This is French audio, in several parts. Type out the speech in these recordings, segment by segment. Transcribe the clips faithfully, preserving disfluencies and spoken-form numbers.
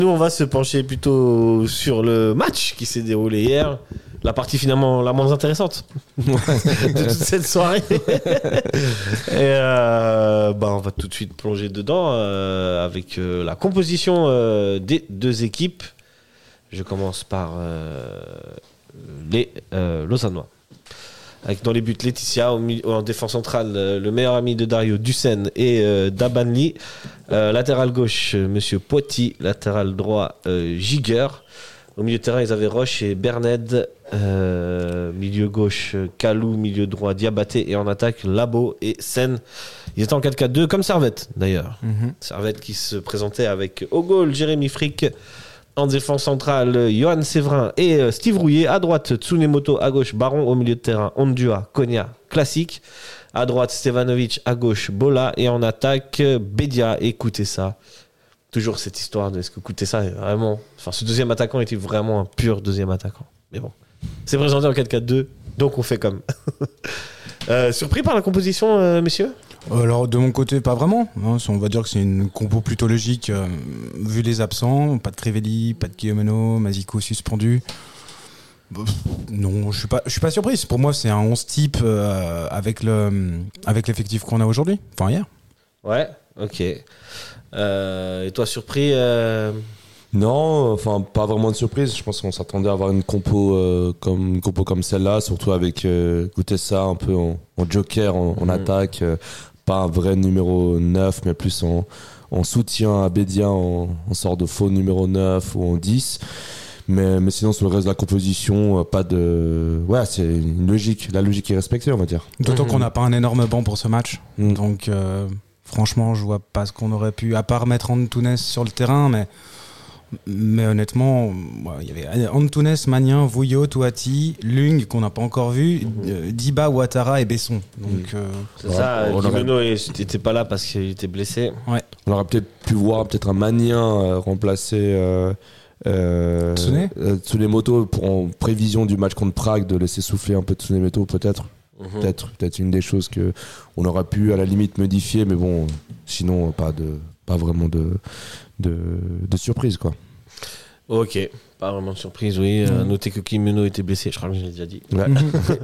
Nous, on va se pencher plutôt sur le match qui s'est déroulé hier. La partie finalement la moins intéressante de toute cette soirée. Et euh, bah, on va tout de suite plonger dedans euh, avec euh, la composition euh, des deux équipes. Je commence par euh, les euh, Lausannois. Avec dans les buts Laetitia, au milieu, en défense centrale, euh, le meilleur ami de Dario, Dussen et euh, Dabanli. Euh, latéral gauche, euh, Monsieur Poiti. Latéral droit, euh, Giger. Au milieu de terrain, ils avaient Roche et Berned. Euh, milieu gauche, Kalou. Milieu droit, Diabaté. Et en attaque, Labo et Sen. Ils étaient en quatre quatre deux, comme Servette d'ailleurs. Mm-hmm. Servette qui se présentait avec au goal, Jérémy Frick. En défense centrale, Johan Séverin et euh, Steve Rouillet. À droite, Tsunemoto. À gauche, Baron. Au milieu de terrain, Ondua, Konya, classique. À droite, Stevanovic. À gauche, Bola. Et en attaque, Bedia. Écoutez ça. Toujours cette histoire de est-ce que Koutessa est vraiment. Enfin, ce deuxième attaquant était vraiment un pur deuxième attaquant. Mais bon, c'est présenté en quatre quatre deux, donc on fait comme. euh, surpris par la composition, euh, messieurs ? Alors, de mon côté, pas vraiment. Hein, on va dire que c'est une compo plutôt logique, euh, vu les absents. Pas de Crivelli, pas de Guillemeno, Maziko suspendu. Non, je suis pas, je suis pas surpris. Pour moi, c'est un onze type euh, avec, le, avec l'effectif qu'on a aujourd'hui. Enfin, hier. Ouais, ok. Euh, et toi, surpris euh... Non, enfin pas vraiment de surprise. Je pense qu'on s'attendait à avoir une compo euh, comme une compo comme celle-là, surtout avec euh, Koutessa un peu en, en joker, en, en mmh. attaque, euh, pas un vrai numéro neuf, mais plus en, en soutien à Bédia, en, en sorte de faux numéro neuf ou en dix. Mais, mais sinon sur le reste de la composition, pas de. Ouais, c'est une logique. La logique est respectée, on va dire. D'autant mmh. qu'on n'a pas un énorme banc pour ce match, mmh. donc. Euh... Franchement, je vois pas ce qu'on aurait pu, à part mettre Antunes sur le terrain, mais, mais honnêtement, il y avait Antunes, Magnin, Vouillot, Touati, Lung, qu'on n'a pas encore vu, mm-hmm. Diba, Ouattara et Besson. Donc, mm. euh, C'est ouais, ça, Guimeno aurait... n'était pas là parce qu'il était blessé. Ouais. On aurait peut-être pu voir peut-être un Magnin euh, remplacer euh, euh, Tsunemoto pour, en prévision du match contre Prague, de laisser souffler un peu Tsunemoto peut-être. Mmh. Peut-être, peut-être une des choses qu'on aurait pu à la limite modifier, mais bon, sinon pas, de, pas vraiment de, de, de surprise, quoi. Ok, pas vraiment de surprise, oui. Mmh. Euh, notez que Guimeno était blessé, je crois que je l'ai déjà dit. Ouais.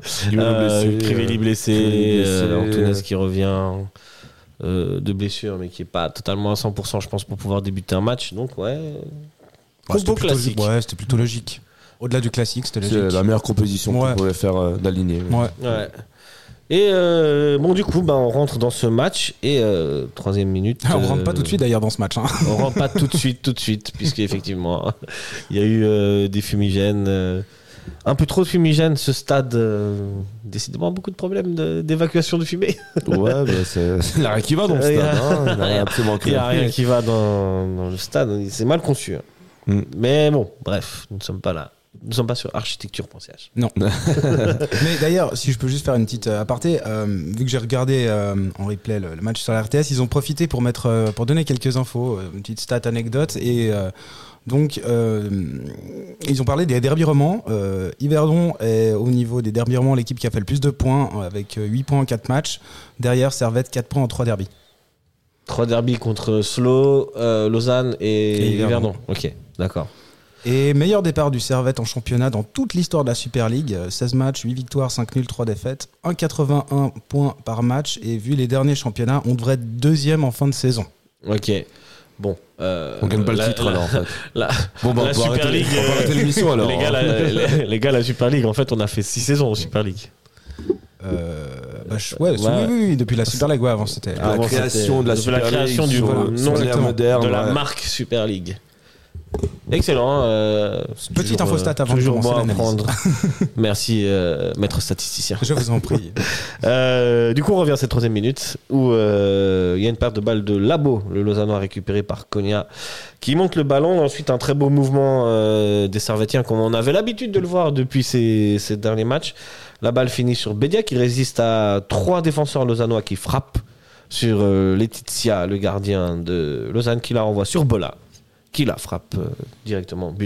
euh, Crivelli blessé, euh, Antunes qui revient euh, de blessure, mais qui n'est pas totalement à cent pour cent, je pense, pour pouvoir débuter un match. Donc, ouais, ouais c'était, plutôt, ouais, c'était plutôt logique. Au-delà du classique, c'était logique. C'est la meilleure composition ouais. qu'on pouvait faire euh, d'aligner. Ouais. ouais. Et euh, bon, du coup, bah, on rentre dans ce match et euh, troisième minute. Ah, on euh, rentre pas tout de suite d'ailleurs dans ce match. Hein. On rentre pas tout de suite, tout de suite, puisqu'effectivement, il y a eu euh, des fumigènes, euh, un peu trop de fumigènes. Ce stade, euh, décidément, beaucoup de problèmes de, d'évacuation de fumée. Ouais, bah, c'est, il n'y a rien qui va dans le stade. Il n'y a, hein, a, a rien qui va dans, dans le stade. C'est mal conçu. Hein. Mm. Mais bon, bref, nous ne sommes pas là. Nous ne sommes pas sur architecture point c h. Non. Mais d'ailleurs, si je peux juste faire une petite aparté, euh, vu que j'ai regardé euh, en replay le, le match sur la R T S, ils ont profité pour, mettre, euh, pour donner quelques infos, une petite stat anecdote. Et euh, donc, euh, ils ont parlé des derby romans. Euh, Yverdon est au niveau des derby romans l'équipe qui a fait le plus de points, avec huit points en quatre matchs. Derrière, Servette, quatre points en trois derbys. trois derbys contre Slow, euh, Lausanne et, et Yverdon. Ok, d'accord. Et meilleur départ du Servette en championnat dans toute l'histoire de la Super League. seize matchs, huit victoires, cinq nuls, trois défaites. un virgule quatre-vingt-un points par match. Et vu les derniers championnats, on devrait être deuxième en fin de saison. Ok. Bon. Euh, on gagne pas la, le titre la, alors en fait. La, bon, bah, la Super arrêter, League. On va arrêter l'émission alors. Les gars, la, les, les gars, la Super League, en fait, on a fait six saisons en Super League. Euh, bah, je, ouais, ouais. Oui, oui, depuis la Super League. Ouais, avant c'était. La avant, création c'était, de la Super League. La création du voilà, nom moderne, de la ouais. marque Super League. Excellent. Euh, Petite infostat avant de toujours commencer bon l'analyse. Merci, euh, maître statisticien. Je vous en prie. euh, du coup, on revient à cette troisième minute où il euh, y a une perte de balle de Labo, le Lausannois récupéré par Konya, qui monte le ballon. Ensuite, un très beau mouvement euh, des Servettiens, comme on avait l'habitude de le voir depuis ces, ces derniers matchs. La balle finit sur Bedia, qui résiste à trois défenseurs lausannois qui frappent sur euh, Laetitia, le gardien de Lausanne, qui la renvoie sur Bola, qui la frappe euh, directement, but.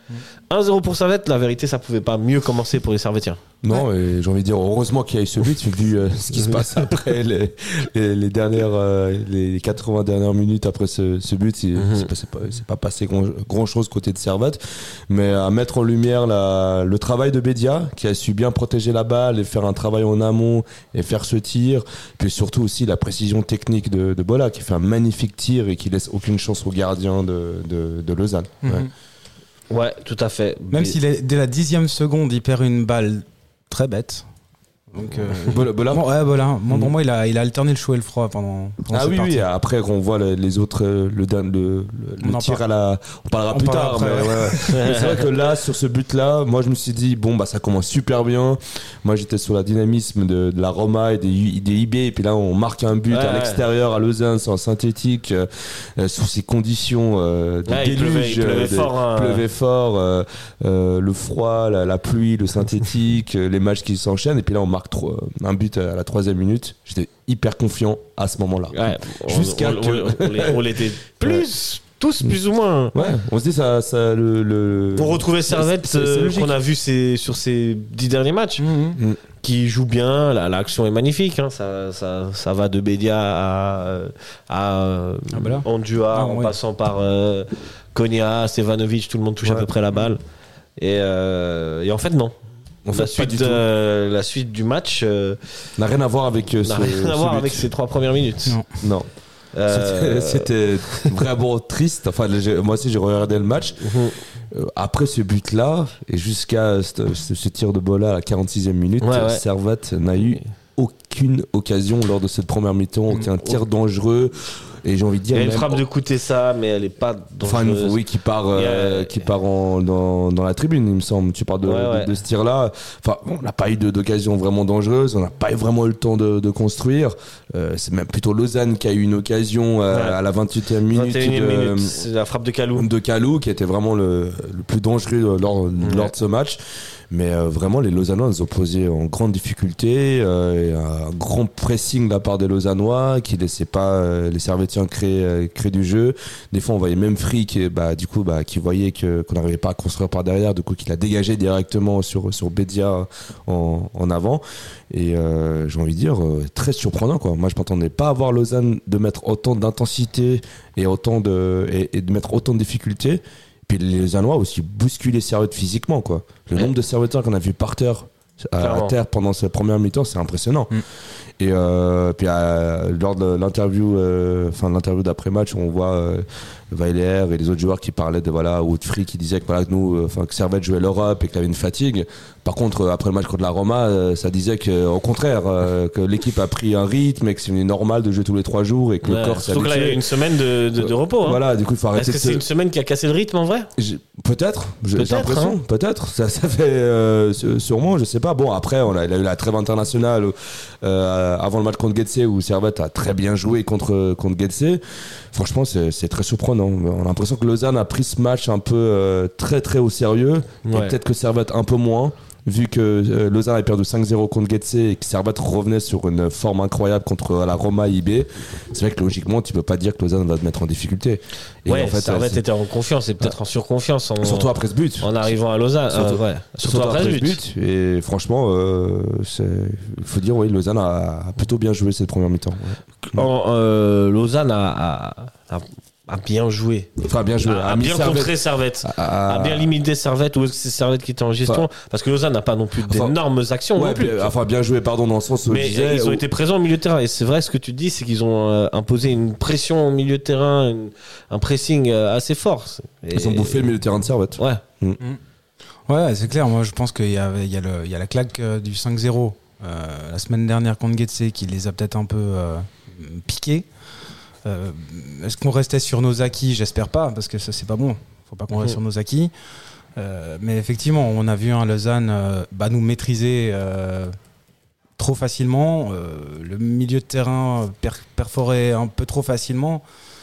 un zéro pour Servette, la vérité, ça pouvait pas mieux commencer pour les Servettiens. Non, et j'ai envie de dire, heureusement qu'il y a eu ce but, vu euh, ce qui se passe après les, les, les dernières, euh, les quatre-vingts dernières minutes après ce, ce but. Il, Mhm. c'est pas, c'est pas, c'est pas passé grand, grand chose côté de Servette, mais à mettre en lumière la, le travail de Bédia, qui a su bien protéger la balle et faire un travail en amont et faire ce tir. Puis surtout aussi la précision technique de, de Bola, qui fait un magnifique tir et qui laisse aucune chance au gardien de, de, de Lausanne. Mhm. Ouais. Ouais, tout à fait. Même Mais- s'il est dès la dixième seconde, il perd une balle très bête. Donc, euh, Bola, Bola bon, ouais, voilà. Moi, pour Mhm. moi, il a, il a alterné le chaud et le froid pendant. pendant Ah cette oui, partie. oui, après qu'on voit le- les autres, euh, le, le, le, On le en tir parle. à la. On parlera On plus parlera tard, après, mais, ouais. ouais. Mais c'est vrai que là, sur ce but-là, moi je me suis dit, bon, bah ça commence super bien. Moi j'étais sur la dynamisme de, de la Roma et des, I- des I B, et puis là on marque un but Ouais, à ouais. l'extérieur à Lausanne, c'est en synthétique, euh, euh, sous ces conditions euh, de Ouais, il déluge. pleuvait- il pleuvait euh, de- fort, hein. pleuvait fort, euh, euh, le froid, la, la pluie, le synthétique, euh, les matchs qui s'enchaînent, et puis là on marque trois- un but à la troisième minute. J'étais hyper confiant à ce moment-là. Ouais, on- Jusqu'à on, que- on- on l'est- on l'était plus, tous plus ou moins. Ouais, on se dit ça, ça le, le... Pour retrouver Servette, c'est- c'est euh, logique. qu'on a vu ces- sur ces dix derniers matchs, Mhm. Mm. qui joue bien, la- l'action est magnifique, hein, ça, ça, ça va de Bédia à, à Ah, bah là. Ondua, Ah, en ouais. passant par euh, Konya, Stevanovic, tout le monde touche à Ouais. peu près la balle. Et, euh, et en fait, non. En fait, la, pas suite, du tout. euh, la suite du match euh, n'a rien à voir avec euh, n'a ce, rien à ce voir but. avec ces trois premières minutes. Non. Non. Euh, C'était c'était vraiment triste. Enfin, j'ai- moi aussi, j'ai regardé le match. mhm. Euh, après ce but-là, et jusqu'à ce, ce- ce tir de Bola à la quarante-sixième minute, Ouais, ouais. Servette n'a eu aucune occasion lors de cette première mi-temps, aucun tir dangereux. Et j'ai envie de Il dire. y a une même- frappe de Koutessa, mais elle est pas Enfin, dangereuse. oui, qui part, euh, Il y a- qui part en, dans, dans la tribune, il me semble. Tu parles de, Ouais, de- ouais. de ce tir-là. Enfin, on n'a pas eu de- d'occasion vraiment dangereuse. On n'a pas eu vraiment eu le temps de, de construire. Euh, c'est même plutôt Lausanne qui a eu une occasion euh, Ouais. à la vingt-huitième minute, vingt et unième de, minute, c'est la frappe de Kalou. de Kalou, qui était vraiment le, le plus dangereux lors, lors de ce match. Mais euh, vraiment, les Lausannois nous ont posé en grande difficulté. Euh, et un grand pressing de la part des Lausannois qui laissait pas euh, les Servettiens créer, euh, créer du jeu. Des fois, on voyait même Free qui, bah, du coup, bah, qui voyait que, qu'on n'arrivait pas à construire par derrière. Du coup, qu'il a dégagé directement sur, sur Bédia en, en avant. Et euh, j'ai envie de dire, euh, très surprenant, quoi. Moi, je m'attendais pas à voir Lausanne de mettre autant d'intensité et, autant de, et, et de mettre autant de difficultés. Puis les Lausannois aussi bousculé Servette physiquement, quoi. Le Ouais. nombre de Servetteurs qu'on a vu par terre, à, à Clairement. terre pendant cette première mi-temps, c'est impressionnant. Mm. Et euh, puis euh, lors de l'interview, euh, enfin l'interview d'après match, on voit euh, Weiler et les autres joueurs qui parlaient de voilà, ou de Free qui disaient que voilà que nous, enfin que Servette jouait l'Europe et qu'il avait une fatigue. Par contre, euh, après le match contre la Roma, euh, ça disait que au contraire, euh, que l'équipe a pris un rythme et que c'est normal de jouer tous les trois jours et que Ouais, le corps s'est surtout que là, il y a habitué. une semaine de, de, de repos. hein. Voilà, du coup, il faut arrêter Est-ce que de c'est se- une semaine qui a cassé le rythme en vrai j'ai- Peut-être, j'ai Peut-être, j'ai l'impression, hein. peut-être. Ça, ça fait euh, su- sûrement, je sais pas. Bon, après, on a, il a eu la trêve internationale euh, avant le match contre Getse où Servette a très bien joué contre contre Getse. Franchement, c'est c'est très surprenant. On a l'impression que Lausanne a pris ce match un peu euh, très très au sérieux et Ouais. peut-être que Servette un peu moins. Vu que euh, Lausanne a perdu cinq zéro contre Getse et que Servette revenait sur une forme incroyable contre la Roma I B, c'est vrai que logiquement, tu peux pas dire que Lausanne va te mettre en difficulté. Et Ouais, en fait, Servette c'est- était en confiance et peut-être en surconfiance en, surtout après ce but. en arrivant à Lausanne. Surtout- Euh, ouais. Surtout, après le but. Et franchement, euh, c'est- il faut dire, oui, Lausanne a, a plutôt bien joué cette première mi-temps. ouais. En- euh, Lausanne a, a, a, a bien joué. Enfin, bien joué. A, a mis bien Servette- contré Servette. a- A bien limité Servette, ou est-ce que c'est Servette qui était en gestion Enfin- Parce que Lausanne n'a pas non plus Enfin- d'énormes actions Ouais, non plus. bien- enfin, bien joué, pardon, dans le sens où Mais je disais, ils ont où- été présents au milieu de terrain. Et c'est vrai, ce que tu dis, c'est qu'ils ont euh, imposé une pression au milieu de terrain, une- un pressing euh, assez fort. Et- ils ont bouffé le milieu de terrain de Servette. Ouais. Ouais, c'est clair. Moi, je pense qu'il y a, il y a, le, il y a la claque euh, du cinq zéro euh, la semaine dernière contre Getse qui les a peut-être un peu euh, piqués. Euh, Est-ce qu'on restait sur nos acquis? J'espère pas, parce que ça, c'est pas bon. Faut pas qu'on reste Mhm. sur nos acquis. Euh, mais effectivement, on a vu un Lausanne euh, bah, nous maîtriser euh, trop facilement. Euh, le milieu de terrain per perforé un peu trop facilement.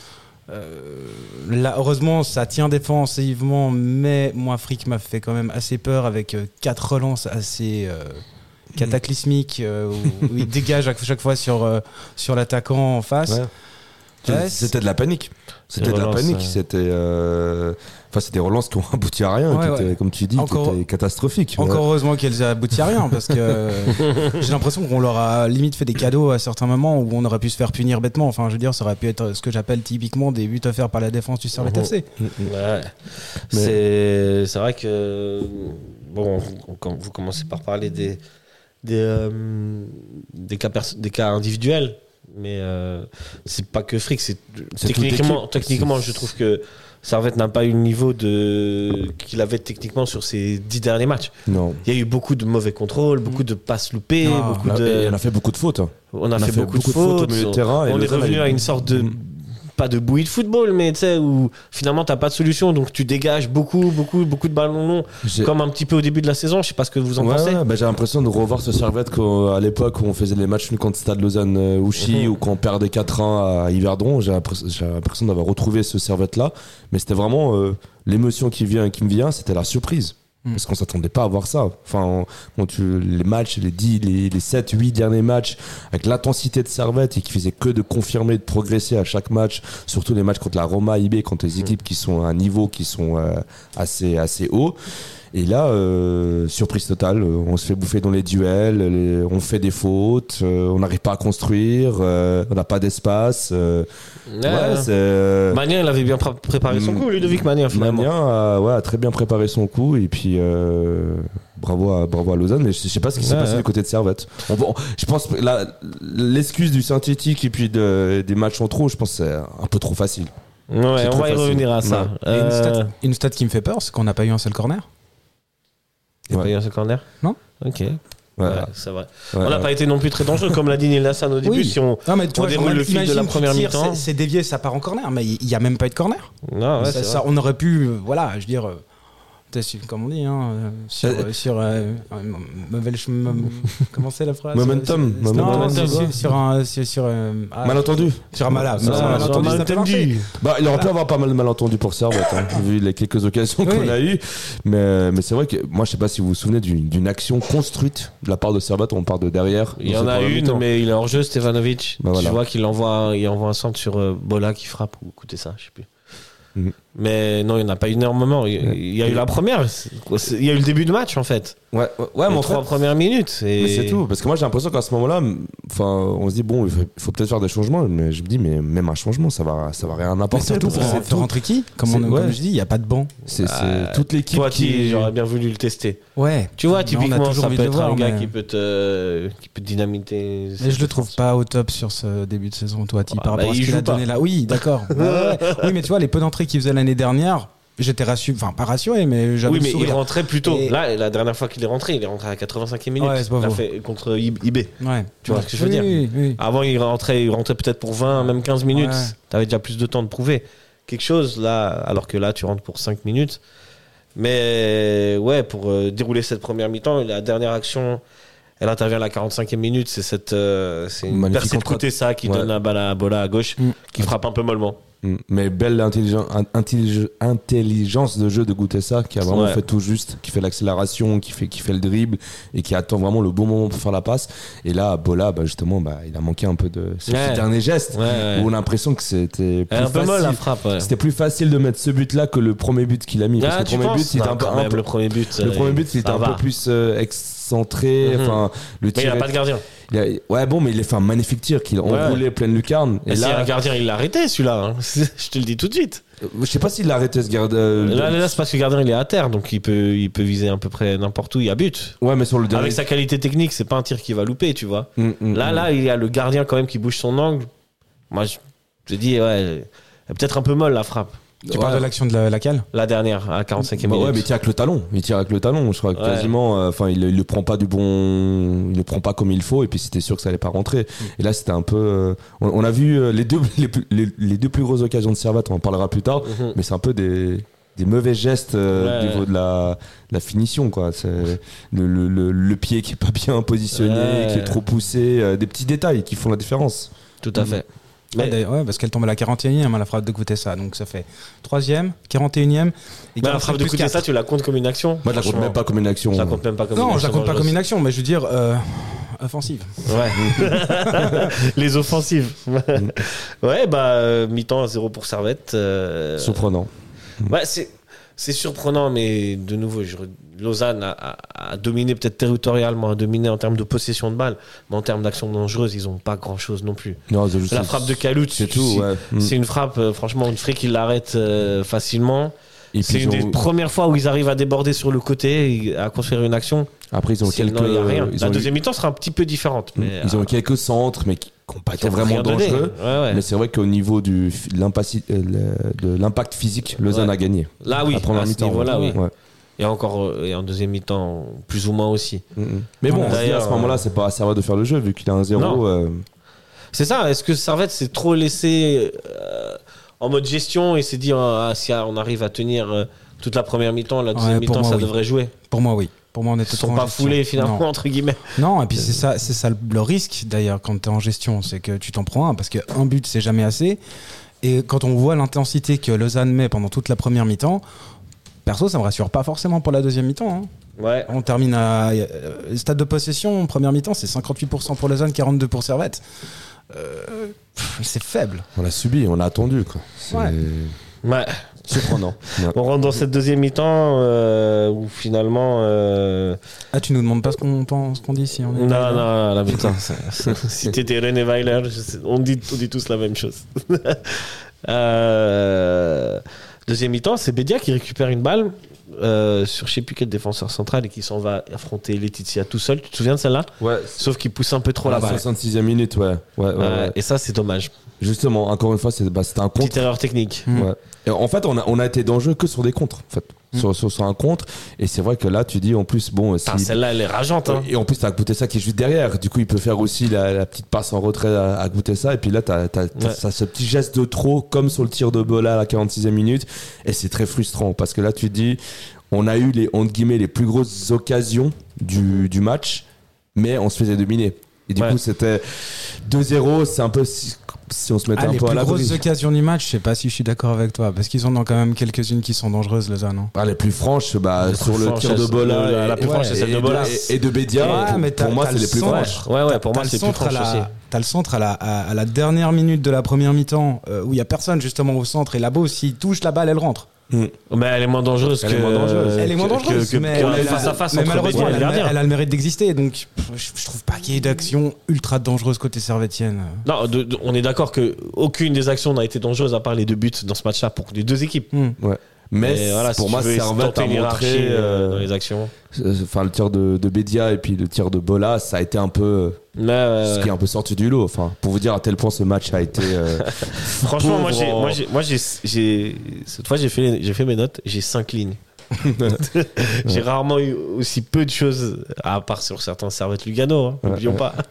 Euh, là, heureusement, ça tient défensivement, mais moi, Frick m'a fait quand même assez peur avec euh, quatre relances assez euh, cataclysmiques euh, où, où il dégage à chaque fois sur, euh, sur l'attaquant en face. Ouais. Ouais, C'était de la panique. C'était de la relances, panique. ouais. C'était, euh, enfin, c'était des relances qui ont abouti à rien, Ouais, qui étaient, ouais. comme tu dis, Encore- qui étaient catastrophiques. Encore Ouais. heureusement qu'elles aboutit à rien parce que euh, j'ai l'impression qu'on leur a limite fait des cadeaux à certains moments où on aurait pu se faire punir bêtement. Enfin, je veux dire, ça aurait pu être ce que j'appelle typiquement des buts offerts par la défense du Servette F C. Ouais. C'est c'est vrai que bon, vous, quand vous commencez par parler des des euh, des cas pers- des cas individuels, mais euh, c'est pas que Frick, c'est C'est toute techniquement l'équipe. techniquement C'est- je trouve que Servette n'a pas eu le niveau de qu'il avait techniquement sur ses dix derniers matchs. Non. Il y a eu beaucoup de mauvais contrôles, beaucoup de passes loupées, Ah, beaucoup On a, de et on a fait beaucoup de fautes. hein. on a, fait, beaucoup, de fautes, au milieu de terrain. et on est Lausanne revenu a eu- à une sorte de pas de bouillie de football, mais tu sais où finalement t'as pas de solution, donc tu dégages beaucoup beaucoup beaucoup de ballons longs, J'ai- comme un petit peu au début de la saison. Je sais pas ce que vous en Ouais, pensez. ouais, bah, j'ai l'impression de revoir ce Servette qu'à l'époque où on faisait les matchs nuls contre Stade Lausanne euh, Ouchy Mhm. ou quand on perdait quatre un à Yverdon. J'ai l'impression j'ai l'impression d'avoir retrouvé ce Servette là, mais c'était vraiment euh, l'émotion qui vient qui me vient, c'était la surprise. Mhm. Parce qu'on s'attendait pas à voir ça. Enfin, on- quand tu, les matchs, les dix, les, les sept, huit derniers matchs, avec l'intensité de Servette et qui faisait que de confirmer, de progresser à chaque match, surtout les matchs contre la Roma, I B, contre des équipes qui sont à un niveau qui sont euh, assez, assez haut. Et là, euh, surprise totale, euh, on se fait bouffer dans les duels, les- on fait des fautes, euh, on n'arrive pas à construire, euh, on n'a pas d'espace. euh, Ouais, ouais, c'est. euh, Magnin, il avait bien pr- préparé son Mm. coup, Ludovic Magnin, finalement. Magnin a, ouais, a très bien préparé son coup et puis euh, bravo à bravo à Lausanne, mais je, je sais pas ce qui s'est Ouais, passé ouais. du côté de Servette. On, va- on- je pense que la- l'excuse du synthétique et puis de- des matchs en trop, je pense que c'est un peu trop facile. Ouais, C'est on trop va y facile. revenir à ça. Ouais. Et une, Euh, stat, une stat qui me fait peur, c'est qu'on n'a pas eu un seul corner. il y a pas Ouais. eu un seul corner Non. Ok. Ouais, Ouais, ouais, c'est vrai. ouais, on n'a ouais. pas été non plus très dangereux, comme l'a dit Neil Hassan au début. Oui. Si on... Non, mais tu On vois, déroule genre, le fil de imagine, la tu première tires, mi-temps. c'est- C'est dévié, ça part en corner, mais il n'y a même pas eu de corner. Non, ouais, ça, c'est ça, vrai. on aurait pu, euh, voilà, je veux dire, euh, peut-être sur- comme on dit, hein, euh, sur, Euh, euh, sur euh, un mauvais ch- mom- comment c'est la phrase Momentum, Sur- non, momentum, sur- ouais. sur un, sur, sur, euh, ah, Malentendu. sur un malade, Ah, sur un sur un malentendu, ça fait malentendu. marcher. Bah, il aurait pu avoir pas mal de malentendus pour Servette, hein, vu les quelques occasions Oui. qu'on a eues. Mais, mais c'est vrai que moi, je sais pas si vous vous souvenez d'une d'une action construite de la part de Servette. On part de derrière. Il y dans en cette a première une, mi-temps. mais il est hors jeu, Stevanovic. Bah, voilà. Je vois qu'il envoie, il envoie un centre sur euh, Bola qui frappe, ou écoutez ça, je sais plus. Mhm. Mais non, il n'y en a pas énormément. Il, il y a eu la première, c'est- c'est- il y a eu le début de match en fait. Ouais, ouais, ouais, mais Les en trois fait, premières minutes. Et... mais c'est tout. Parce que moi, j'ai l'impression qu'à ce moment-là, enfin, on se dit bon, il faut, il faut peut-être faire des changements. Mais je me dis, mais même un changement, ça va, ça va rien Mais apporter. surtout, Parce que pour c'est faire tout- rentrer qui comme, c'est- on, ouais. comme je dis, il n'y a pas de banc. C'est c'est Euh, toute l'équipe Toi, qui. j'aurais bien voulu le tester. Ouais. Tu vois, Mais on a typiquement, toujours ça envie peut de le être voir, un gars mais- qui peut te, qui peut te dynamiter. Mais je le trouve pas au top sur ce début de saison, toi, Ti, Ah, par bah, rapport à ce il qu'il joue a donné pas. là. Oui, d'accord. Bah ouais. Oui, mais tu vois, les peu d'entrées qu'il faisait l'année dernière, j'étais rassuré, enfin pas rassuré, mais j'avais Oui, le mais il sourire. rentrait plus tôt. Et- Là, la dernière fois qu'il est rentré, il est rentré à la quatre-vingt-cinquième minute. Ouais, c'est pas il a faux. fait contre I B. Ouais. Tu vois Ouais. ce que je veux dire Oui, oui. Avant, il rentrait, il rentrait peut-être pour vingt, même quinze minutes. Ouais. T'avais déjà plus de temps de prouver quelque chose, là, alors que là, tu rentres pour cinq minutes. Mais ouais, pour euh, dérouler cette première mi-temps, la dernière action, elle intervient à la quarante-cinquième minute. C'est cette, euh, c'est une Magnifique percée de contre- côté, ça, qui Ouais. donne la balle à Bola à gauche, Mm. qui frappe un peu mollement. Mm. Mais belle intelligence, intellig- intelligence de jeu de goûter ça, qui a vraiment Ouais. fait tout juste, qui fait l'accélération, qui fait, qui fait le dribble et qui attend vraiment le bon moment pour faire la passe. Et là, Bola, bah, justement, bah, il a manqué un peu de ce Ouais. petit dernier geste Ouais, ouais. où on a l'impression que c'était plus Elle est un peu molle, la facile. frappe. Ouais. C'était plus facile de mettre ce but-là que le premier but qu'il a mis. Parce Ah, que tu le premier penses but, il était Non, un peu, quand un même, peu- le premier but. le euh, premier but, il était ça un va. peu plus euh, excentré. Mhm. Enfin, le Mais il tir. n'a pas de gardien. il a- ouais, bon, mais il a fait un magnifique tir qu'il a Ouais. enroulé pleine lucarne. Et Et si là, un gardien, il l'a arrêté, celui-là. hein. Je te le dis tout de suite. je sais pas s'il a arrêté ce garde. euh, Là, là, c'est parce que le gardien, il est à terre, donc il peut, il peut viser à peu près n'importe où. Il y a but. Ouais, mais sur le dernier. Avec sa qualité technique, c'est pas un tir qu'il va louper, tu vois. Mm, mm, Là, mm. là, il y a le gardien quand même qui bouge son angle. Moi, je, je dis, ouais, elle est peut-être un peu molle la frappe. Tu Ouais. parles de l'action de la, laquelle La dernière, à la quarante-cinquième Bah minute. ouais, mais il tire avec le talon. Il tire avec le talon, je crois. que Ouais. Quasiment. euh, Enfin, il, il le prend pas du bon. Il le prend pas comme il faut. Et puis, c'était sûr que ça allait pas rentrer. Et là, c'était un peu. euh, on, on a vu euh, les deux, les, plus- les, les deux plus grosses occasions de Servette. On en parlera plus tard. Mhm. Mais c'est un peu des, des mauvais gestes euh, Ouais. au niveau de la, de la finition, quoi. C'est le, le, le, le pied qui est pas bien positionné, Ouais. qui est trop poussé. euh, des petits détails qui font la différence. Tout à fait. Ouais, Mais- d'ailleurs, ouais, parce qu'elle tombe à la quarante et unième, hein, la frappe de Koutessa. Donc ça fait troisième, quarante et unième. Et Mais la frappe de plus côté, quatre. ça, tu la comptes comme une action Moi, je la compte Franchement, même pas comme une action. Je la compte même pas comme une Non, action. je la compte pas dangereuse. comme une action, mais je veux dire, euh, offensive. Ouais. Les offensives. Ouais, bah, euh, mi-temps à zéro pour Servette. Euh... Surprenant. Ouais, c'est, c'est surprenant, mais de nouveau, je... Lausanne a, a, a dominé peut-être territorialement, a dominé en termes de possession de balle, mais en termes d'action dangereuse, ils n'ont pas grand-chose non plus. Non, c'est juste La frappe de Kalout, c'est tout. Ouais. C'est une frappe, euh, franchement, une frappe qui l'arrête euh, facilement. Et c'est une ont... des premières fois où ils arrivent à déborder sur le côté et à construire une action. Après, ils ont Sinon, quelques. il y a rien. Ils La ont deuxième eu... mi-temps sera un petit peu différente. Mais, ils ont euh... quelques centres, mais qui n'ont pas été vraiment dangereux. Ouais, ouais. Mais c'est vrai qu'au niveau du, de l'impact physique, Lausanne ouais. a gagné. Là, oui, à, à ce niveau-là, oui. Ouais. Et encore, et en deuxième mi-temps, plus ou moins aussi. Mm-hmm. Mais bon, d'ailleurs, à ce moment-là, c'est pas à Servette de faire le jeu, vu qu'il a un zéro. Euh... C'est ça, est-ce que Servette s'est trop laissé euh, en mode gestion et s'est dit, ah, si on arrive à tenir euh, toute la première mi-temps, la deuxième ouais, mi-temps, moi, ça oui. devrait jouer? Pour moi, oui. Pour moi, on était Ils sont pas foulés finalement, non. entre guillemets. Non, et puis c'est ça, c'est ça le risque d'ailleurs quand tu es en gestion, c'est que tu t'en prends un, parce qu'un but, c'est jamais assez. Et quand on voit l'intensité que Lausanne met pendant toute la première mi-temps, perso, ça me rassure pas forcément pour la deuxième mi-temps. Hein. Ouais. On termine à. Euh, stade de possession, première mi-temps, c'est cinquante-huit pour cent pour Lausanne, quarante-deux pour cent pour Servette. Euh, pff, c'est faible. On l'a subi, on l'a attendu. Quoi. C'est... Ouais. ouais. Surprenant. Ouais. On rentre dans cette deuxième mi-temps euh, où finalement. Euh... Ah, tu nous demandes pas ce qu'on pense, ce qu'on dit si on est. Non, non, non, la mi-temps. Si t'étais René Weiler, on dit, on dit tous la même chose. euh... Deuxième mi-temps, c'est Bédia qui récupère une balle euh, sur je sais plus quel défenseur central et qui s'en va affronter Laetitia tout seul. Tu te souviens de celle-là? Ouais. Sauf qu'il pousse un peu trop à la balle. soixante-sixième minute, ouais. Ouais, ouais, euh, ouais. Et ça, c'est dommage. Justement, encore une fois, c'est, bah, c'était un contre. Petite erreur technique. Mmh. Ouais. Et en fait, on a, on a été dangereux que sur des contres. En fait. Mmh. Sur, sur, sur un contre. Et c'est vrai que là, tu dis en plus, bon. Ah, si... Celle-là, elle est rageante. Hein. Et en plus, t'as Goutessa qui est juste derrière. Du coup, il peut faire aussi la, la petite passe en retrait à, à Goutessa. Et puis là, t'as, t'as, t'as ouais. ce petit geste de trop, comme sur le tir de Bola à la quarante-sixième minute. Et c'est très frustrant parce que là, tu te dis, on a eu les, entre guillemets, les plus grosses occasions du, du match, mais on se faisait dominer. Et du ouais. coup, c'était deux zéro. C'est un peu. Si, si on se mettait ah, un peu à la Les plus grosses occasions du match, je sais pas si je suis d'accord avec toi, parce qu'ils en ont quand même quelques-unes qui sont dangereuses, Lausanne. Hein. Ah, les plus franches, bah, les sur le tir de Bola, la, la plus franche, c'est celle de Bola et, et de Bédia. Ouais, pour, mais pour moi, c'est les plus franches. Ouais, ouais, pour moi, c'est les plus franches aussi. T'as le centre à la, à, à la dernière minute de la première mi-temps euh, où il y a personne justement au centre et là-bas, s'il touche la balle, elle rentre. Mmh. Mais elle est moins dangereuse elle que. Est moins dangereuse. Elle est moins dangereuse. Que, que, mais que, face à face, mais malheureusement, elle, elle, elle a le mérite d'exister. Donc, je, je trouve pas qu'il y ait d'action ultra dangereuse côté servétienne. Non, de, de, on est d'accord que aucune des actions n'a été dangereuse à part les deux buts dans ce match-là pour les deux équipes. Mmh. Ouais. Mais, mais voilà, pour si moi, Servette a montré euh, dans les actions. Enfin, le tir de, de Bédia et puis le tir de Bola, ça a été un peu mais ouais, ce ouais. qui est un peu sorti du lot. Enfin, pour vous dire à tel point ce match a été. Euh, Franchement, moi, j'ai, moi, j'ai, moi j'ai, j'ai, cette fois, j'ai fait, j'ai fait mes notes. J'ai cinq lignes. J'ai ouais. rarement eu aussi peu de choses, à part sur certains Servette Lugano, hein, n'oublions ouais, pas.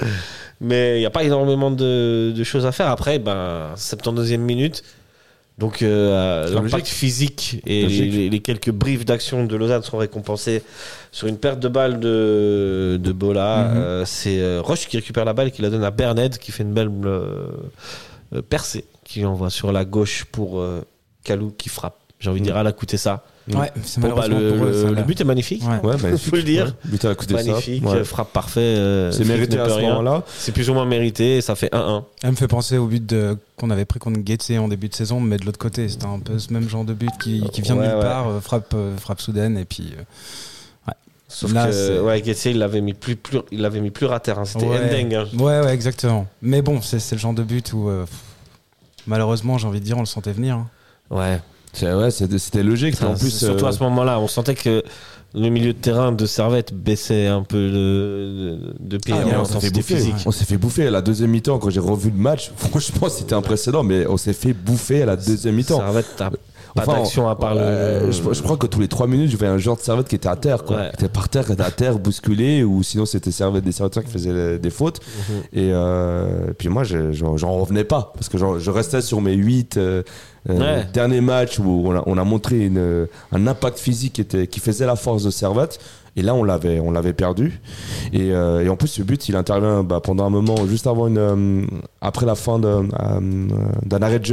Mais il n'y a pas énormément de, de choses à faire. Après, ben, soixante-douzième minute. Donc euh, l'impact logique. physique et les, les quelques briefs d'action de Lausanne sont récompensés sur une perte de balle de, de Bola. Mm-hmm. Euh, c'est euh, Roche qui récupère la balle et qui la donne à Berned qui fait une belle euh, euh, percée qui envoie sur la gauche pour euh, Kalou qui frappe. J'ai envie de dire à la coûter ça. Ouais, c'est bon, bah, le, pour eux, le but est magnifique. Ouais, ouais, magnifique. Faut le dire. Ouais, but à la coûter magnifique, ça. Ouais. Frappe parfait. Euh, c'est mérité à ce rien. moment-là. C'est plus ou moins mérité. Et ça fait un un. Elle me fait penser au but de, qu'on avait pris contre Getse en début de saison, mais de l'autre côté, c'était un peu ce même genre de but qui, qui vient ouais, de nulle ouais. part, euh, frappe, euh, frappe soudaine et puis. Euh, ouais. Sauf Là, que c'est... ouais, Getse, il l'avait mis plus, plus, il l'avait mis plus à terre. Hein. C'était ouais. Endeng. Hein. Ouais, ouais, exactement. Mais bon, c'est, c'est le genre de but où euh, malheureusement, j'ai envie de dire, on le sentait venir. Hein. Ouais. C'est, ouais, c'était, c'était logique. Ça, en plus, surtout euh... à ce moment-là, on sentait que le milieu de terrain de Servette baissait un peu de, de pied. Ah, on, s'est fait bouffer, physique. on s'est fait bouffer à la deuxième mi-temps. Quand j'ai revu le match, franchement, c'était impressionnant. Mais on s'est fait bouffer à la deuxième mi-temps. Servette, t'as pas enfin, d'action à part euh, le. Je, je crois que tous les trois minutes, je voyais un joueur de Servette qui était à terre, quoi. Ouais. Qui était par terre, qui était à terre, bousculé, ou sinon c'était Servette, des Servetteurs qui faisaient des fautes. Mm-hmm. Et, euh, et puis moi, je, j'en, j'en revenais pas parce que je restais sur mes huit. Euh, Euh, ouais. Dernier match où on a, on a montré une, un impact physique qui, était, qui faisait la force de Servette, et là on l'avait, on l'avait perdu. Et, euh, et en plus, ce but il intervient bah, pendant un moment, juste avant une, euh, après la fin de, euh, d'un arrêt de jeu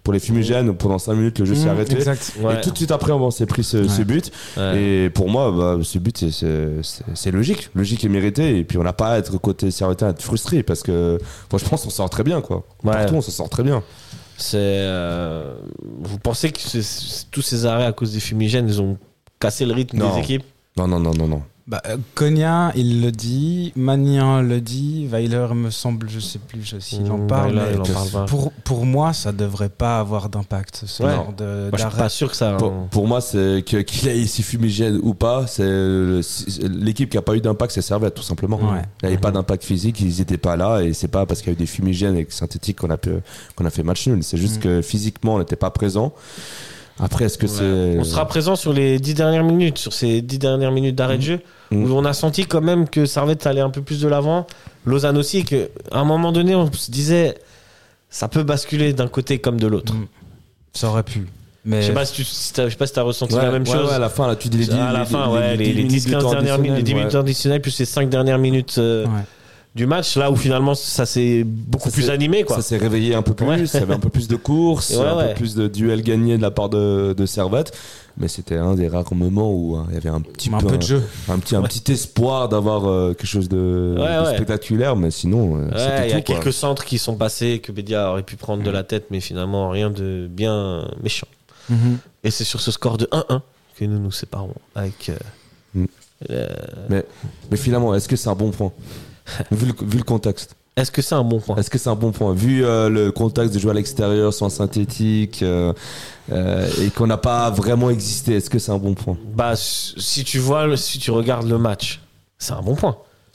pour les fumigènes. Pendant cinq minutes, le jeu Mmh, s'est arrêté. exact. Ouais. Et tout de suite après, on s'est pris ce, Ouais. ce but. Ouais. Et pour moi, bah, ce but, c'est, c'est, c'est, c'est logique. Logique et mérité. Et puis, on n'a pas à être côté Servetien, à être frustré parce que, franchement, on s'en sort très bien, quoi. Ouais. Partout, on s'en sort très bien. C'est, euh, vous pensez que c'est- c'est- tous ces arrêts à cause des fumigènes, ils ont cassé le rythme Non. des équipes? Non, non, non, non, non. Bah, euh, Konya, il le dit, Magnin le dit, Weiler, me semble, je sais plus je- s'il en Mmh, parle. là, mais il en parle pas. pour, pour moi, ça devrait pas avoir d'impact, ce Ouais. genre de, Moi, je suis d'arrêt. pas sûr que ça. Pour, pour moi, c'est que, qu'il ait ici fumigène ou pas, c'est le- c'est- l'équipe qui a pas eu d'impact, c'est Servette, tout simplement. Ouais. Il n'y avait pas d'impact physique, ils étaient pas là, et c'est pas parce qu'il y a eu des fumigènes et synthétiques qu'on a, pu, qu'on a fait match nul. C'est juste Mm. que physiquement, on n'était pas présent. Après, est-ce que c'est. On sera présent sur les dix dernières minutes, sur ces dix dernières minutes d'arrêt de jeu, Mmh. où on a senti quand même que Servette allait un peu plus de l'avant. Lausanne aussi, qu'à un moment donné, on se disait, ça peut basculer d'un côté comme de l'autre. Mm. Ça aurait pu. Mais Je sais pas si tu si t'as- je sais pas si t'as ressenti Ouais, la même ouais, chose. ouais, à la fin, là, tu dis les dix à la fin, ouais, les, les dix quinze dernières minutes, les dix minutes additionnelles, plus les cinq dernières minutes euh, ouais. du match, là où finalement ça s'est beaucoup Ça plus s'est- animé, quoi. Ça s'est réveillé un peu plus, Ouais. il y avait un peu plus de courses, Ouais, un ouais. peu plus de duels gagnés de la part de, de Servette. Mais c'était un des rares moments où hein, il y avait un petit un peu, peu de jeu. un petit, un Ouais. petit espoir d'avoir euh, quelque chose de, Ouais, de ouais. spectaculaire, mais sinon, euh, Ouais, c'était il y a tout, quoi. quelques centres qui sont passés que Bédia aurait pu prendre de la tête, mais finalement rien de bien méchant. Mhm. Et c'est sur ce score de un un que nous nous séparons avec. euh, Mm. euh, Mais finalement, est-ce que c'est un bon point vu, le, vu le contexte. Est-ce que c'est un bon point? Est-ce que c'est un bon point vu euh, le contexte de jouer à l'extérieur sans synthétique euh, euh, et qu'on n'a pas vraiment existé? Est-ce que c'est un bon point? Bah, si tu vois, le- si tu regardes le match, c'est un bon point.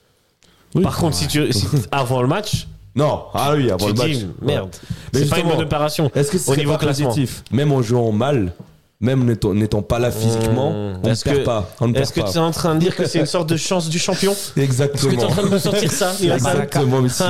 Oui. Par contre, si tu, si- avant le match, Non, ah oui, avant tu le match. dis merde. Mais C'est pas une justement, bonne opération. Est-ce que Au c'est niveau pas classement. positif? Même en jouant mal, même n'étant, n'étant pas là physiquement, Mmh. on ne Est-ce perd que- pas. On ne perd Est-ce que pas. tu es en train de dire que c'est une sorte de chance du champion? Est-ce que tu es Exactement. en train de me sortir ça, Nielsen? Exactement, monsieur.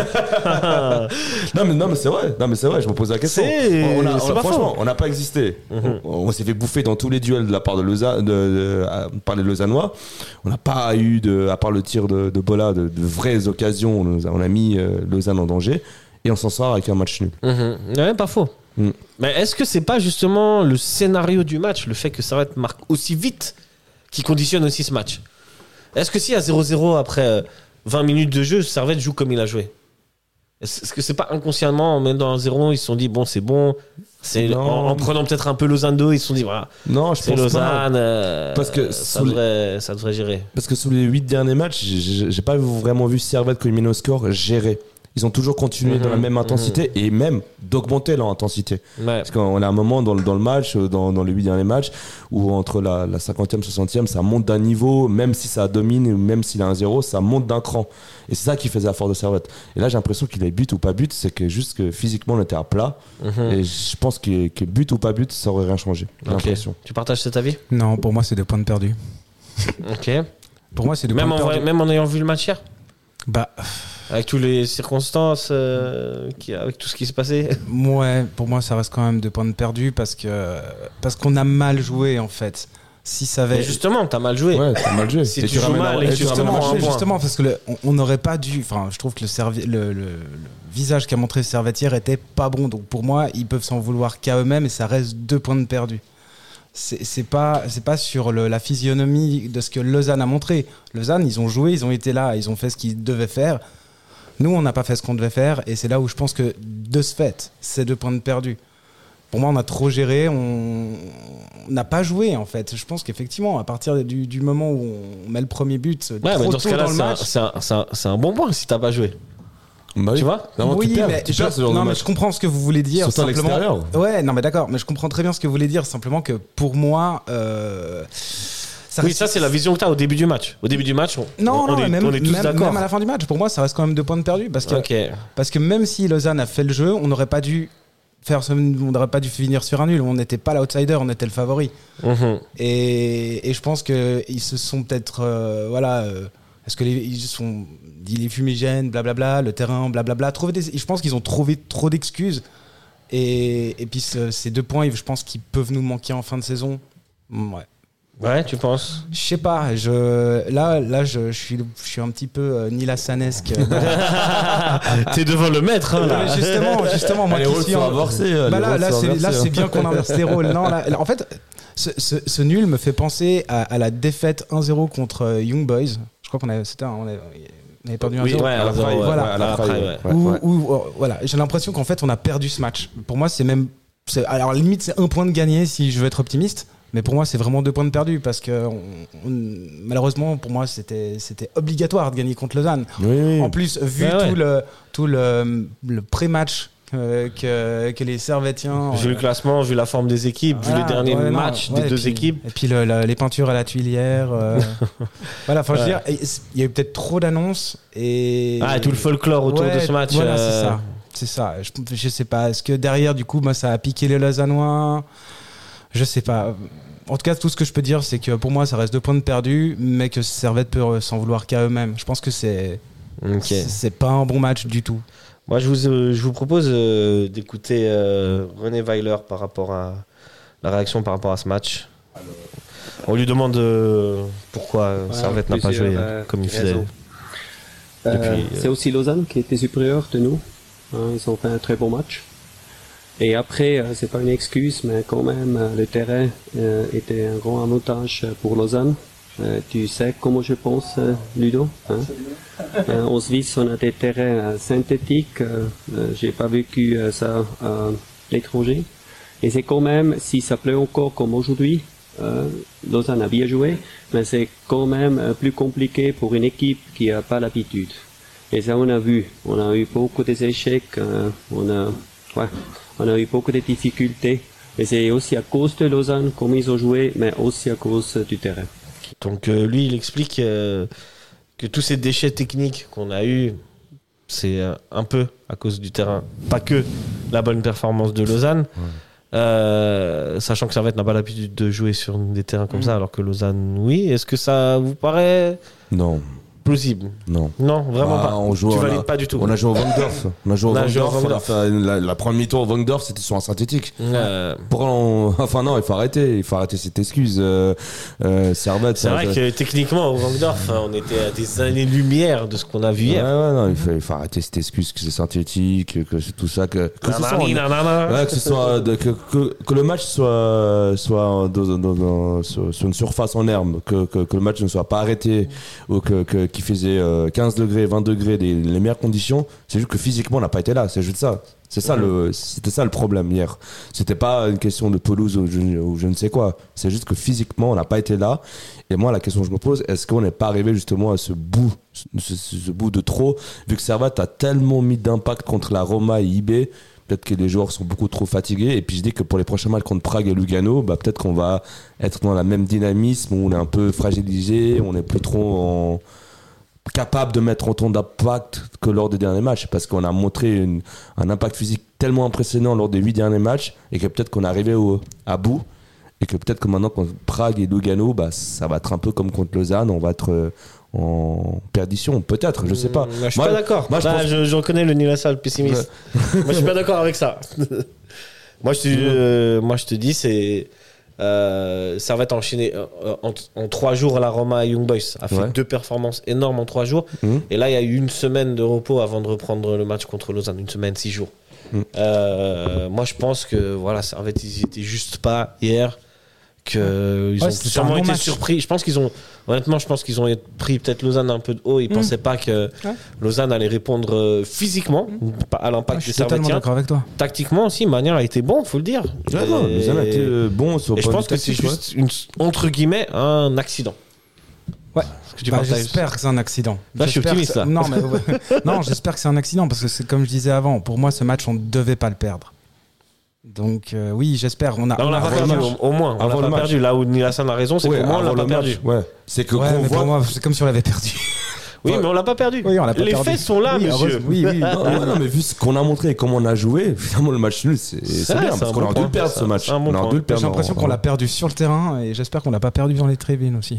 Ah. Non mais non mais c'est vrai. Non mais c'est vrai. Je me pose la question. C'est- On a- c'est on a- pas franchement, faux. on n'a pas existé. Mhm. On, on s'est fait bouffer dans tous les duels de la part de Lausanne, de, de- à- par les Lausannois. On n'a pas eu de, à part le tir de, de Bola, de, de vraies occasions. On a, on a mis euh, Lausanne en danger et on s'en sort avec un match nul. Mhm. Ouais, pas faux. Mm. Mais est-ce que c'est pas justement le scénario du match, le fait que Servette marque aussi vite, qui conditionne aussi ce match? Est-ce que s'il y a zéro zéro après euh, vingt minutes de jeu, Servette joue comme il a joué? Est-ce que c'est pas inconsciemment, en mettant un zéro, ils se sont dit, bon, c'est bon, c'est Non. en, en prenant peut-être un peu Lausanne deux, ils se sont dit, voilà, Non, je c'est pense pas. Lausanne, euh, Parce que ça, sous les- devrait, ça devrait gérer. Parce que sous les huit derniers matchs, j'ai- j'ai j'ai pas vraiment vu Servette culminer au score gérer. Ils ont toujours continué Mhm, dans la même intensité et même d'augmenter leur intensité. Ouais. Parce qu'on a un moment dans le, dans le match, euh, dans, dans les huit derniers matchs, où entre la, la cinquantième, soixantième, ça monte d'un niveau, même si ça domine, ou même s'il a un zéro, ça monte d'un cran. Et c'est ça qui faisait la force de Servette. Et là, j'ai l'impression qu'il ait but ou pas but, c'est que juste que physiquement, on était à plat. Mhm. Et je pense que, que but ou pas but, ça aurait rien changé. J'ai Ok. l'impression. Tu partages cet avis? Non, pour moi, c'est des points de perdu. Ok. Pour moi, c'est des Même points en, de vrai- perdu. même en ayant vu le match hier? Bah, Avec toutes les circonstances, euh, qui, avec tout ce qui s'est passé. ouais, pour moi, ça reste quand même des points de perdu parce que parce qu'on a mal joué en fait. Si ça avait Mais justement, t'as mal joué. Ouais, c'est mal joué. Si Et tu joues ramènes mal un- et que et tu tu ramènes justement, un un match point. justement parce que le- on- on n'aurait pas dû. Enfin, je trouve que le, servi- le, le- le visage qu'a montré Servetière était pas bon. Donc pour moi, ils peuvent s'en vouloir qu'à eux-mêmes et ça reste deux points de perdu. C'est c'est pas c'est pas sur le- la physionomie de ce que Lausanne a montré. Lausanne, ils ont joué, ils ont été là, ils ont fait ce qu'ils devaient faire. Nous, on n'a pas fait ce qu'on devait faire et c'est là où je pense que de ce fait, c'est deux points de perdu. Pour moi, on a trop géré, on on n'a pas joué en fait. Je pense qu'effectivement, à partir du, du moment où on met le premier but, Ouais, trop mais dans ce tôt cas-là, dans le c'est un, match. c'est un- c'est un- c'est un bon point si t'as pas joué. Bah oui. Tu vois? Non, oui, tu perds, mais, tu je, perds ce genre de non, mais match. je comprends ce que vous voulez dire. Surtout à simplement. l'extérieur. Ouais, non, mais d'accord, mais je comprends très bien ce que vous voulez dire. Simplement que pour moi, euh, ça Oui, reste- ça, c'est la vision que t'as au début du match. Au début du match, on, Non, on, non, on est, même, on est tous même- d'accord. même à la fin du match, pour moi, ça reste quand même deux points de perdu parce que Ok. parce que même si Lausanne a fait le jeu, on n'aurait pas dû faire, ce- on n'aurait pas dû finir sur un nul. On n'était pas l'outsider, on était le favori. Mhm. Et, et je pense qu'ils se sont peut-être. euh, voilà. euh, Est-ce que les, ils se sont dit les fumigènes, blablabla, le terrain, blablabla. Trouver des, je pense qu'ils ont trouvé trop d'excuses. Et, et puis ce- ces deux points, je pense qu'ils peuvent nous manquer en fin de saison. Mm, Ouais. Ouais, tu penses? Je sais pas, je, là, là je, je, suis, je suis un petit peu euh, Nilassanesque. T'es devant le maître, hein, là. Justement, justement, moi les qui rôles suis sont en... inversés. Bah là, là, c'est, là, c'est hein. bien qu'on inverse les rôles. Non, là, là, en fait, ce, ce, ce nul me fait penser à, à la défaite un zéro contre euh, Young Boys. Je crois qu'on avait, c'était un, on avait, on avait perdu un zéro. Oui, ouais, À la un zéro, Praille, ouais, voilà. ouais, à la Praille, Praille, ouais. ouais. Où- ouais. où, euh, voilà, j'ai l'impression qu'en fait, on a perdu ce match. Pour moi, c'est même, c'est, alors limite, c'est un point de gagné si je veux être optimiste. Mais pour moi, c'est vraiment deux points de perdu parce que on, on, malheureusement, pour moi, c'était, c'était obligatoire de gagner contre Lausanne. Oui, oui. En plus, vu Ouais, tout, ouais. le, tout le, le pré-match euh, que, que les Servétiens. Vu le classement, vu la forme des équipes, vu les derniers ouais, non, matchs ouais, des et deux puis- équipes. Et puis le- le- les peintures à la tuilière. euh, voilà, enfin, je veux Ouais. dire, et c'est- il y a eu peut-être trop d'annonces. Et, Ah, et tout le folklore autour Ouais, de ce match. Voilà, euh, c'est ça. C'est ça. Je, je sais pas. Est-ce que derrière, du coup, moi, ça a piqué les Lausannois? Je sais pas. En tout cas, tout ce que je peux dire, c'est que pour moi, ça reste deux points de perdu, mais que Servette peut s'en vouloir qu'à eux-mêmes. Je pense que c'est, Ok. c'est, c'est pas un bon match du tout. Moi, je vous, euh, je vous propose euh, d'écouter euh, René Weiler par rapport à la réaction par rapport à ce match. On lui demande euh, pourquoi euh, Voilà, Servette n'a pas plusieurs, joué euh, comme il faisait. raisons. Euh, Depuis, euh, C'est aussi Lausanne qui était supérieur de nous. Hein, ils ont fait un très bon match. Et après, euh, c'est pas une excuse, mais quand même, euh, le terrain euh, était un grand avantage pour Lausanne. Euh, tu sais comment je pense, euh, Ludo, hein? Euh, en Suisse, on a des terrains euh, synthétiques. Euh, euh, j'ai pas vécu euh, ça à l'étranger. Et c'est quand même, si ça pleut encore comme aujourd'hui, euh, Lausanne a bien joué, mais c'est quand même euh, plus compliqué pour une équipe qui a pas l'habitude. Et ça, on a vu. On a eu beaucoup d'échecs. Euh, on a, ouais, on a eu beaucoup de difficultés. Et c'est aussi à cause de Lausanne, comme ils ont joué, mais aussi à cause du terrain. Donc euh, lui, il explique euh, que tous ces déchets techniques qu'on a eus, c'est euh, un peu à cause du terrain, pas que la bonne performance de Lausanne. Ouais. Euh, sachant que Servette n'a pas l'habitude de jouer sur des terrains comme ça, alors que Lausanne, oui. Est-ce que ça vous paraît Non, plausible? non. Non, vraiment Bah, pas. on joue, tu on a- valides pas du tout. On a joué au Vangdorf. On a joué au On a joué au Vangdorf. On a Vangdorf. fait la, la première mi-tour au Vangdorf, c'était sur un synthétique. Euh, Pourquoi on- Enfin non, il faut arrêter. Il faut arrêter cette excuse. Euh, euh, Servette. c'est ça- vrai que techniquement, au Vangdorf, on était à des années-lumière de ce qu'on a vu Ouais, hier. ouais, non, il faut, il faut arrêter cette excuse que c'est synthétique, que c'est tout ça, que, que ce soit, Nanani, nanana. ouais, que ce soit, de- que, que, que le match soit, soit dans, dans- dans- sur, sur une surface en herbe, que, que, que le match ne soit pas arrêté, ou que, que, qu'il faisait euh, quinze degrés, vingt degrés, les, les meilleures conditions. C'est juste que physiquement, on n'a pas été là. C'est juste ça. C'est ça le, c'était ça le problème hier. C'était pas une question de pelouse ou je, ou je ne sais quoi. C'est juste que physiquement, on n'a pas été là. Et moi, la question que je me pose, est-ce qu'on n'est pas arrivé justement à ce bout, ce, ce- ce bout de trop, vu que Servette a tellement mis d'impact contre la Roma et I B, peut-être que les joueurs sont beaucoup trop fatigués. Et puis je dis que pour les prochains matchs contre Prague et Lugano, bah, peut-être qu'on va être dans la même dynamisme où on est un peu fragilisé, on n'est plus trop en capable de mettre autant d'impact que lors des derniers matchs, parce qu'on a montré une- un impact physique tellement impressionnant lors des huit derniers matchs, et que peut-être qu'on est arrivé au, à bout, et que peut-être que maintenant contre Prague et Lugano, bah, ça va être un peu comme contre Lausanne, on va être euh, en perdition, peut-être, je sais pas. Mmh, je suis Moi- pas d'accord. moi, je Bah, pense- je, je reconnais le Nilasal pessimiste. moi, je suis pas d'accord avec ça. moi, je te, euh, moi, je te dis, c'est. Euh, Servette a enchaîné euh, en, en trois jours à la Roma et Young Boys. A fait Ouais. deux performances énormes en trois jours. Mmh. Et là, il y a eu une semaine de repos avant de reprendre le match contre Lausanne. Une semaine, six jours. Mmh. Euh, moi, je pense que voilà, Servette, ils étaient juste pas hier. Que ils Ouais, ont c'était sûrement un bon été match. surpris. Je pense qu'ils ont, honnêtement, je pense qu'ils ont pris peut-être Lausanne un peu de haut. Ils Mm. pensaient pas que Ouais. Lausanne allait répondre euh, physiquement pas à Ah, l'impact je des suis totalement Servetiens. d'accord avec toi. Tactiquement aussi, Manière a été bon, faut le dire. Ouais, non, Et- Lausanne a été euh, bon sur et je point de pense vue que c'est tactique, ouais. juste une, entre guillemets un accident. Ouais. Ce que tu Bah, partages. j'espère que c'est un accident. Là, je suis J'espère optimiste, que là. c'est- Non, mais non, j'espère que c'est un accident parce que c'est comme je disais avant. Pour moi, ce match, on ne devait pas le perdre. Donc euh, oui, j'espère. On a. Là, on l'a pas Avant perdu, le match. au, au moins. On Avant l'a le pas match. perdu. Là où Nilassan a raison, c'est Ouais, qu'au moins on l'a avant pas le perdu. match, ouais. C'est que Ouais, qu'on mais voit. pour moi, c'est comme si on l'avait perdu. Oui, Ouais. mais on l'a pas perdu. Oui, on l'a pas Les perdu. faits sont là, Oui, monsieur. heureuse- Oui, oui. Ah, ouais, non, mais vu ce qu'on a montré et comment on a joué, finalement le match nul, c'est c'est Ouais, bien, c'est parce un qu'on bon aurait dû point. le perdre C'est ce un- match. c'est un bon On aurait point. dû le J'ai perdre. l'impression en- qu'on l'a perdu sur le terrain et j'espère qu'on l'a pas perdu dans les tribunes aussi.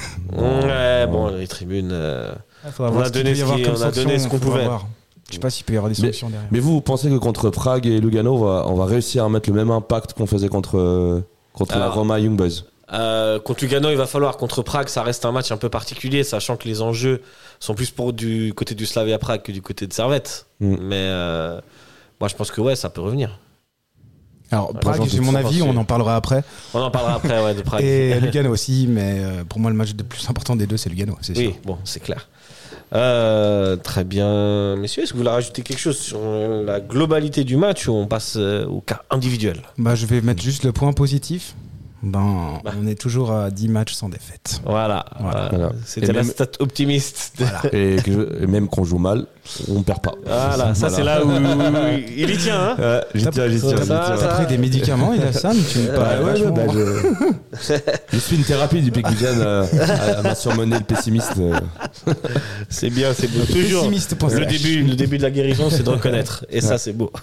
Ouais, bon, les tribunes. euh, Il faudra On voir a ce qu'il donné peut y ce avoir qui- comme on a donné sanction, ce qu'on faudra pouvait. voir. Je sais pas s'il peut y avoir des Mais- sanctions derrière. Mais vous, vous pensez que contre Prague et Lugano, on va, on va réussir à mettre le même impact qu'on faisait contre, euh, contre la Alors, Roma Young Boys? Euh, contre Lugano, il va falloir. Contre Prague, ça reste un match un peu particulier, sachant que les enjeux sont plus pour du côté du Slavia Prague que du côté de Servette. Mm. Mais euh, moi, je pense que ouais, ça peut revenir. Alors, Ouais, Prague, j'en j'ai doute mon pas, avis, parce on que- en parlera après. On en parlera après, ouais, de Prague. Et Lugano aussi, mais euh, pour moi, le match le plus important des deux, c'est Lugano, c'est sûr. Oui, bon, c'est clair. Euh, très bien. Messieurs, est-ce que vous voulez rajouter quelque chose sur euh, la globalité du match ou on passe euh, au cas individuel? Bah, je vais mettre juste le point positif. Ben, Bah. on est toujours à dix matchs sans défaite. Voilà. Voilà. Euh, Voilà. C'était Et la même- stat optimiste. Et, que- et même qu'on joue mal, on perd pas. Voilà, ça Voilà. c'est là où il y tient. Hein. Ouais, j'y tiens, j'y tiens, j'y Ça, tiens. ça- T'as pris des médicaments, il a ça, mais tu me Ouais, parles Ouais, ouais, vachement. bah, je... je suis une thérapie depuis que Viviane euh, a- m'a surmené le pessimiste. euh. C'est bien, c'est beau. Toujours. Pessimiste point C H. Le début, le début de la guérison, c'est de reconnaître. Et ça, c'est beau.